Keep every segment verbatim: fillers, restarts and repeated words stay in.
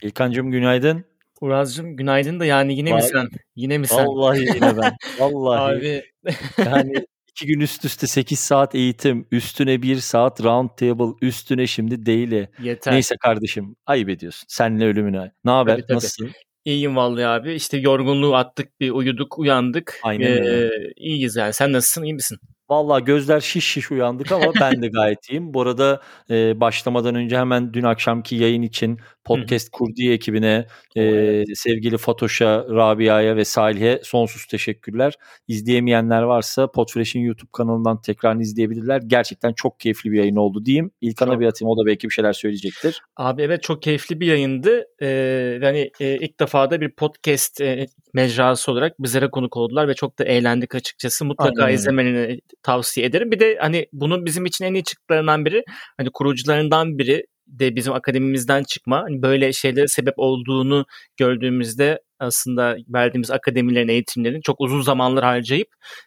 İlkancığım günaydın. Uraz'cığım günaydın da yani yine mi Vay, sen? Yine mi sen? vallahi yine ben. Vallahi. Abi. Yani iki gün üst üste sekiz saat eğitim, üstüne bir saat round table, üstüne şimdi daily. Yeter. Neyse kardeşim, ayıp ediyorsun. Senle ölümüne. Naber? Tabii tabii. Nasılsın? İyiyim vallahi abi. İşte yorgunluğu attık, bir uyuduk, uyandık. Aynen öyle. Ee, iyiyiz yani. Sen nasılsın? İyi misin? Vallahi gözler şiş şiş uyandık ama ben de gayet iyiyim. Bu arada e, başlamadan önce hemen dün akşamki yayın için Hı hı. Podcast Kurdiye ekibine, O, evet. e, sevgili Fatoş'a, Rabia'ya ve Salih'e sonsuz teşekkürler. İzleyemeyenler varsa Podfresh'in YouTube kanalından tekrar izleyebilirler. Gerçekten çok keyifli bir yayın oldu diyeyim. İlkan'a Çok. bir atayım, o da belki bir şeyler söyleyecektir. Abi evet, çok keyifli bir yayındı. Ee, yani e, ilk defa da bir podcast e, mecrası olarak bizlere konuk oldular ve çok da eğlendik açıkçası. Mutlaka Aynen öyle. izlemeni tavsiye ederim. Bir de hani bunun bizim için en iyi çıktılarından biri, hani kurucularından biri de bizim akademimizden çıkma. Hani böyle şeylere sebep olduğunu gördüğümüzde aslında verdiğimiz akademilerin, eğitimlerin çok uzun zamanlar harcayıp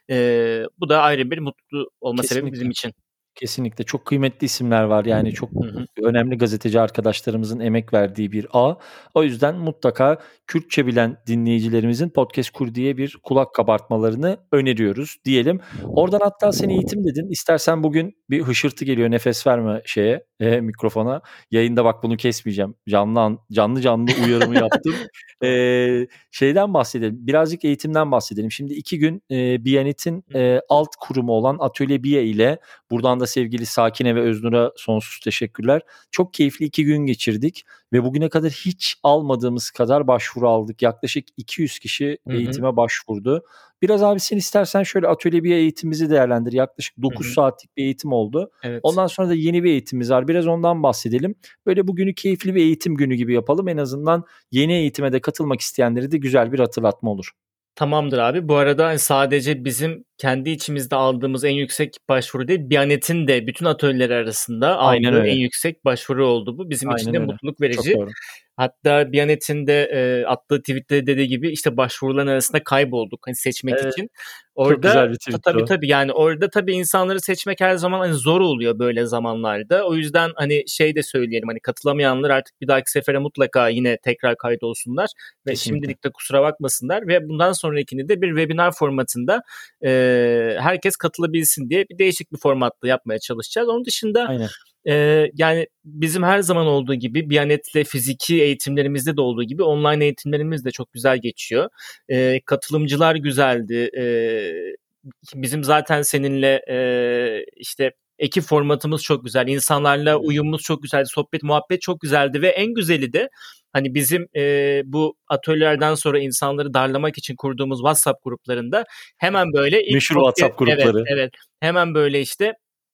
e, bu da ayrı bir mutlu olma sebebi bizim için. Kesinlikle. Çok kıymetli isimler var. Yani çok Hı hı. önemli gazeteci arkadaşlarımızın emek verdiği bir ağ. O yüzden mutlaka Kürtçe bilen dinleyicilerimizin Podcast Kurdiye bir kulak kabartmalarını öneriyoruz diyelim. Oradan hatta sen eğitim dedin. İstersen bugün bir hışırtı geliyor. Nefes verme şeye, e, mikrofona. Yayında bak bunu kesmeyeceğim. Canlı an, canlı canlı uyarımı yaptım. e, şeyden bahsedelim. Birazcık eğitimden bahsedelim. Şimdi iki gün e, Biyanet'in e, alt kurumu olan Atölye Biya ile buradan da sevgili Sakine ve Öznur'a sonsuz teşekkürler. Çok keyifli iki gün geçirdik ve bugüne kadar hiç almadığımız kadar başvuru aldık. Yaklaşık iki yüz kişi eğitime hı hı. başvurdu. Biraz abi sen istersen şöyle Atölye bir eğitimimizi değerlendir. Yaklaşık dokuz hı hı. saatlik bir eğitim oldu. Evet. Ondan sonra da yeni bir eğitimimiz var. Biraz ondan bahsedelim. Böyle bugünü keyifli bir eğitim günü gibi yapalım. En azından yeni eğitime de katılmak isteyenleri de güzel bir hatırlatma olur. Tamamdır abi. Bu arada sadece bizim kendi içimizde aldığımız en yüksek başvuru değil, Biyanet'in de bütün atölyeler arasında aldığı en yüksek başvuru oldu bu. Bizim Aynen için de öyle. mutluluk verici. Çok doğru. Hatta Biyanet'in de e, attığı tweette dediği gibi işte başvuruların arasında kaybolduk hani seçmek Evet. için. Orada çok güzel bir tweet tabii o. tabii yani orada tabii insanları seçmek her zaman hani zor oluyor böyle zamanlarda. O yüzden hani şey de söyleyelim, hani katılamayanlar artık bir dahaki sefere mutlaka yine tekrar kaydolsunlar ve Kesinlikle. şimdilik de kusura bakmasınlar ve bundan sonrakini de bir webinar formatında e, herkes katılabilsin diye bir değişik bir formatta yapmaya çalışacağız. Onun dışında Aynen. Ee, yani bizim her zaman olduğu gibi Biyanet'le fiziki eğitimlerimizde de olduğu gibi online eğitimlerimiz de çok güzel geçiyor. Ee, katılımcılar güzeldi. Ee, bizim zaten seninle e, işte ekip formatımız çok güzel. İnsanlarla uyumumuz çok güzeldi. Sohbet, muhabbet çok güzeldi ve en güzeli de hani bizim e, bu atölyelerden sonra insanları darlamak için kurduğumuz WhatsApp gruplarında hemen böyle ilk meşhur WhatsApp grupları. Evet, evet. Hemen böyle işte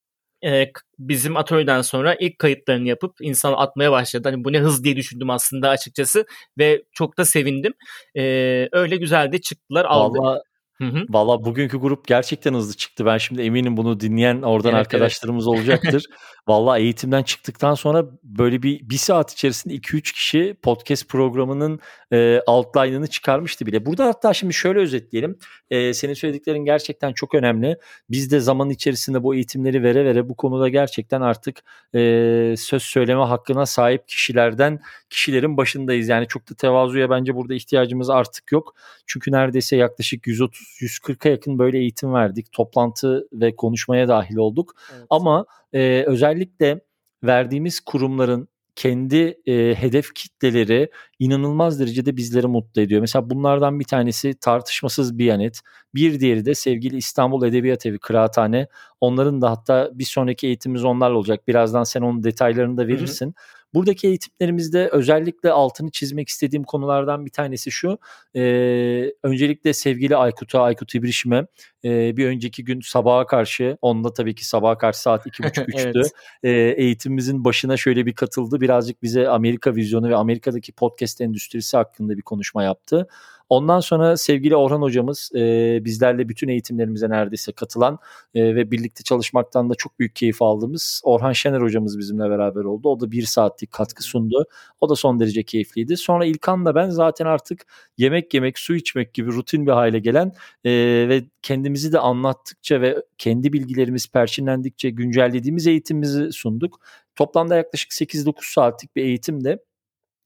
Ee, bizim atölyeden sonra ilk kayıtlarını yapıp insan atmaya başladı. Hani bu ne hız diye düşündüm aslında açıkçası ve çok da sevindim. Ee, öyle güzel de çıktılar, aldık. Vallahi Hı-hı. Valla bugünkü grup gerçekten hızlı çıktı. Ben şimdi eminim bunu dinleyen oradan Evet, arkadaşlarımız evet. olacaktır. Valla eğitimden çıktıktan sonra böyle bir bir saat içerisinde iki üç kişi podcast programının e, outline'ını çıkarmıştı bile. Burada hatta şimdi şöyle özetleyelim. E, senin söylediklerin gerçekten çok önemli. Biz de zaman içerisinde bu eğitimleri vere vere bu konuda gerçekten artık e, söz söyleme hakkına sahip kişilerden kişilerin başındayız. Yani çok da tevazuya bence burada ihtiyacımız artık yok. Çünkü neredeyse yaklaşık yüz otuz yüz kırka yakın böyle eğitim verdik. Toplantı ve konuşmaya dahil olduk. Evet. Ama e, özellikle verdiğimiz kurumların kendi e, hedef kitleleri inanılmaz derecede bizleri mutlu ediyor. Mesela bunlardan bir tanesi tartışmasız Biyanet. Bir diğeri de sevgili İstanbul Edebiyat Evi, Kıraathane. Onların da hatta bir sonraki eğitimimiz onlarla olacak. Birazdan sen onun detaylarını da verirsin. Hı hı. Buradaki eğitimlerimizde özellikle altını çizmek istediğim konulardan bir tanesi şu. E, öncelikle sevgili Aykut'a, Aykut İbrişim'e e, bir önceki gün sabaha karşı, onda tabii ki sabaha karşı saat iki buçuk üçtü. Evet. E, eğitimimizin başına şöyle bir katıldı. Birazcık bize Amerika vizyonu ve Amerika'daki podcast endüstrisi hakkında bir konuşma yaptı. Ondan sonra sevgili Orhan hocamız e, bizlerle bütün eğitimlerimize neredeyse katılan e, ve birlikte çalışmaktan da çok büyük keyif aldığımız Orhan Şener hocamız bizimle beraber oldu. O da bir saatlik katkı sundu. O da son derece keyifliydi. Sonra İlkan'la ben zaten artık yemek yemek, su içmek gibi rutin bir hale gelen e, ve kendimizi de anlattıkça ve kendi bilgilerimiz perçinlendikçe güncellediğimiz eğitimimizi sunduk. Toplamda yaklaşık sekiz dokuz saatlik bir eğitimde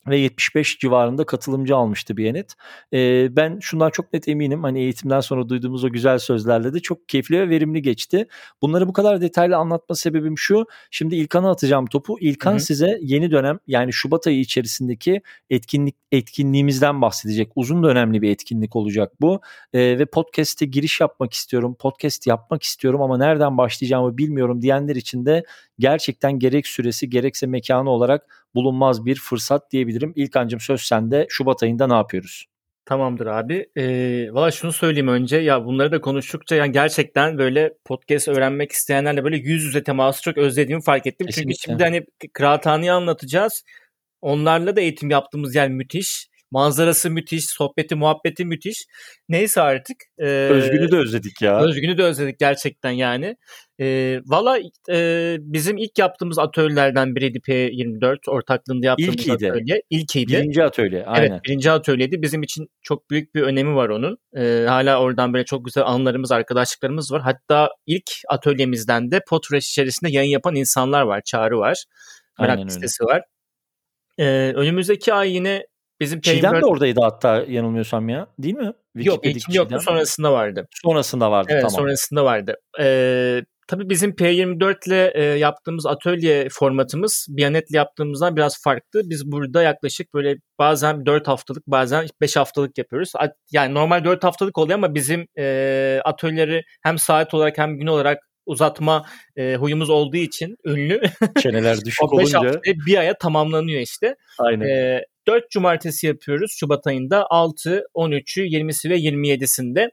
ve yetmiş beş civarında katılımcı almıştı Biyanet. Ee, ben şundan çok net eminim, hani eğitimden sonra duyduğumuz o güzel sözlerle de çok keyifli ve verimli geçti. Bunları bu kadar detaylı anlatma sebebim şu: şimdi İlkan'a atacağım topu. İlkan hı hı. size yeni dönem, yani Şubat ayı içerisindeki etkinlik etkinliğimizden bahsedecek. Uzun dönemli bir etkinlik olacak bu. Ee, ve podcast'e giriş yapmak istiyorum, podcast yapmak istiyorum ama nereden başlayacağımı bilmiyorum diyenler için de gerçekten gerek süresi gerekse mekanı olarak bulunmaz bir fırsat diyebilirim. İlkancığım, söz sende. Şubat ayında ne yapıyoruz? Tamamdır abi. Ee, valla şunu söyleyeyim önce, ya bunları da konuştukça yani gerçekten böyle podcast öğrenmek isteyenlerle böyle yüz yüze teması çok özlediğimi fark ettim. Kesinlikle. Çünkü şimdi hani kıraathaneyi anlatacağız. Onlarla da eğitim yaptığımız yer müthiş. Manzarası müthiş, sohbeti, muhabbeti müthiş. Neyse artık. E, Özgün'ü de özledik ya. Özgün'ü de özledik gerçekten yani. E, Valla e, bizim ilk yaptığımız atölyelerden biriydi P yirmi dört. Ortaklığında yaptığımız İlkiydi. atölye. İlkiydi. Birinci atölye, aynen. Evet, birinci atölyeydi. Bizim için çok büyük bir önemi var onun. E, hala oradan böyle çok güzel anılarımız, arkadaşlıklarımız var. Hatta ilk atölyemizden de Podfresh içerisinde yayın yapan insanlar var. Çağrı var. Merak listesi var. E, önümüzdeki ay yine bizim Çiğdem de oradaydı hatta, yanılmıyorsam ya. Değil mi? Yok, ilkim yoktu, sonrasında vardı. Sonrasında vardı, evet, tamam. sonrasında vardı. Ee, tabii bizim P yirmi dört ile e, yaptığımız atölye formatımız Biyanet'le yaptığımızdan biraz farklı. Biz burada yaklaşık böyle bazen dört haftalık, bazen beş haftalık yapıyoruz. Yani normal dört haftalık oluyor ama bizim e, atölyeleri hem saat olarak hem gün olarak uzatma e, huyumuz olduğu için ünlü. Çeneler düşük o beş olunca. haftaya bir aya tamamlanıyor işte. Aynen. E, dört cumartesi yapıyoruz Şubat ayında. altı, on üçü, yirmisi ve yirmi yedisinde.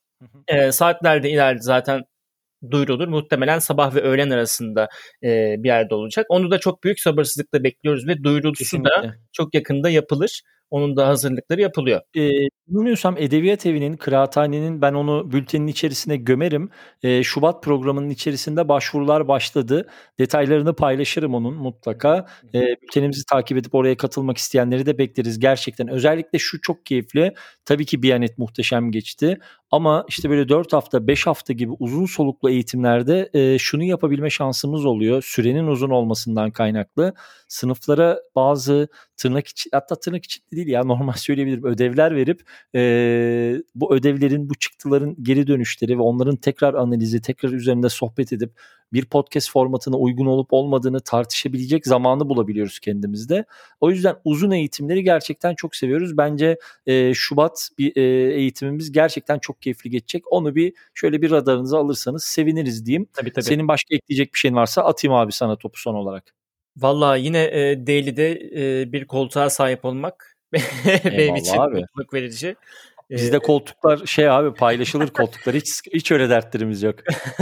E, saatlerde ileride zaten duyurulur. Muhtemelen sabah ve öğlen arasında e, bir yerde olacak. Onu da çok büyük sabırsızlıkla bekliyoruz ve duyurusu Kesinlikle. da çok yakında yapılır. Onun da hazırlıkları yapılıyor. Ee, bilmiyorsam Edebiyat Evi'nin, Kıraathane'nin, ben onu bültenin içerisine gömerim. Ee, Şubat programının içerisinde başvurular başladı. Detaylarını paylaşırım onun mutlaka. Ee, bültenimizi takip edip oraya katılmak isteyenleri de bekleriz gerçekten. Özellikle şu çok keyifli. Tabii ki Biyanet muhteşem geçti. Ama işte böyle dört hafta, beş hafta gibi uzun soluklu eğitimlerde e, şunu yapabilme şansımız oluyor. Sürenin uzun olmasından kaynaklı. Sınıflara bazı tırnak için, hatta tırnak için de değil ya, normal söyleyebilirim, ödevler verip e, bu ödevlerin, bu çıktıların geri dönüşleri ve onların tekrar analizi, tekrar üzerinde sohbet edip bir podcast formatına uygun olup olmadığını tartışabilecek zamanı bulabiliyoruz kendimizde. O yüzden uzun eğitimleri gerçekten çok seviyoruz. Bence e, Şubat bir e, eğitimimiz gerçekten çok keyifli geçecek. Onu bir şöyle bir radarınıza alırsanız seviniriz diyeyim. Tabii, tabii. Senin başka ekleyecek bir şeyin varsa atayım abi sana topu son olarak. Vallahi yine e, Daily'de e, bir koltuğa sahip olmak benim için abi. mutluluk verici. Bizde ee, koltuklar şey abi, paylaşılır koltuklar. Hiç hiç öyle dertlerimiz yok.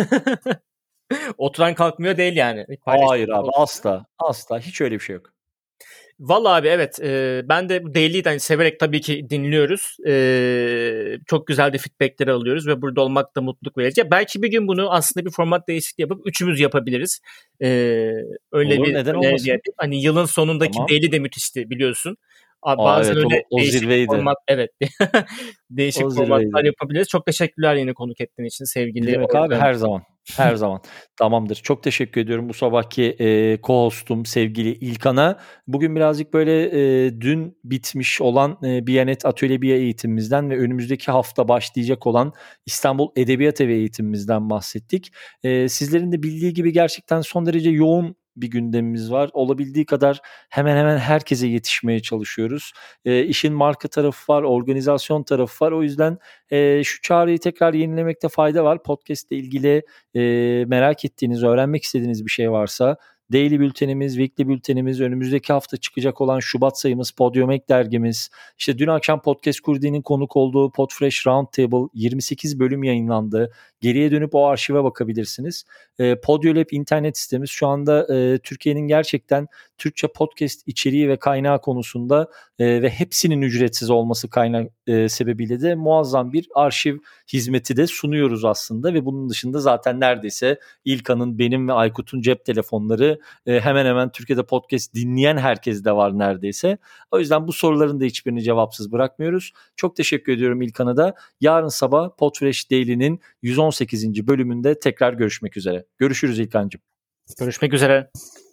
Oturan kalkmıyor değil yani. Hayır abi, asla. Asla. Hiç öyle bir şey yok. Vallahi abi evet. E, ben de bu Daily'yi de hani severek tabii ki dinliyoruz. E, çok güzel de feedbackleri alıyoruz ve burada olmak da mutluluk verici. Belki bir gün bunu aslında bir format değişikliği yapıp üçümüz yapabiliriz. E, öyle Olur, bir neden olmasın? Yapıp, hani yılın sonundaki tamam. Daily de müthişti biliyorsun. Aa, bazen evet, öyle o, o değişik zirveydi. Format, evet. değişik o formatlar zirveydi. Yapabiliriz. Çok teşekkürler yine konuk ettiğin için sevgili. Ne demek abi, her zaman. Her zaman. Tamamdır. Çok teşekkür ediyorum bu sabahki e, co-hostum sevgili İlkan'a. Bugün birazcık böyle e, dün bitmiş olan e, Biyanet Atölye Biya eğitimimizden ve önümüzdeki hafta başlayacak olan İstanbul Edebiyat Evi eğitimimizden bahsettik. E, sizlerin de bildiği gibi gerçekten son derece yoğun bir gündemimiz var. Olabildiği kadar hemen hemen herkese yetişmeye çalışıyoruz. E, işin marka tarafı var, organizasyon tarafı var. O yüzden e, şu çağrıyı tekrar yenilemekte fayda var. Podcast ile ilgili e, merak ettiğiniz, öğrenmek istediğiniz bir şey varsa Daily bültenimiz, Weekly bültenimiz, önümüzdeki hafta çıkacak olan Şubat sayımız, Podium Ek dergimiz, işte dün akşam Podcast Kurdi'nin konuk olduğu Podfresh Roundtable yirmi sekiz bölüm yayınlandı. Geriye dönüp o arşive bakabilirsiniz. E, Podiolab internet sitemiz şu anda e, Türkiye'nin gerçekten Türkçe podcast içeriği ve kaynağı konusunda e, ve hepsinin ücretsiz olması kaynak e, sebebiyle de muazzam bir arşiv hizmeti de sunuyoruz aslında ve bunun dışında zaten neredeyse İlkan'ın, benim ve Aykut'un cep telefonları e, hemen hemen Türkiye'de podcast dinleyen herkes de var neredeyse. O yüzden bu soruların da hiçbirini cevapsız bırakmıyoruz. Çok teşekkür ediyorum İlkan'a da. Yarın sabah Podfresh Daily'nin yüz on sekizinci bölümünde tekrar görüşmek üzere. Görüşürüz İlkan'cığım. Görüşmek üzere.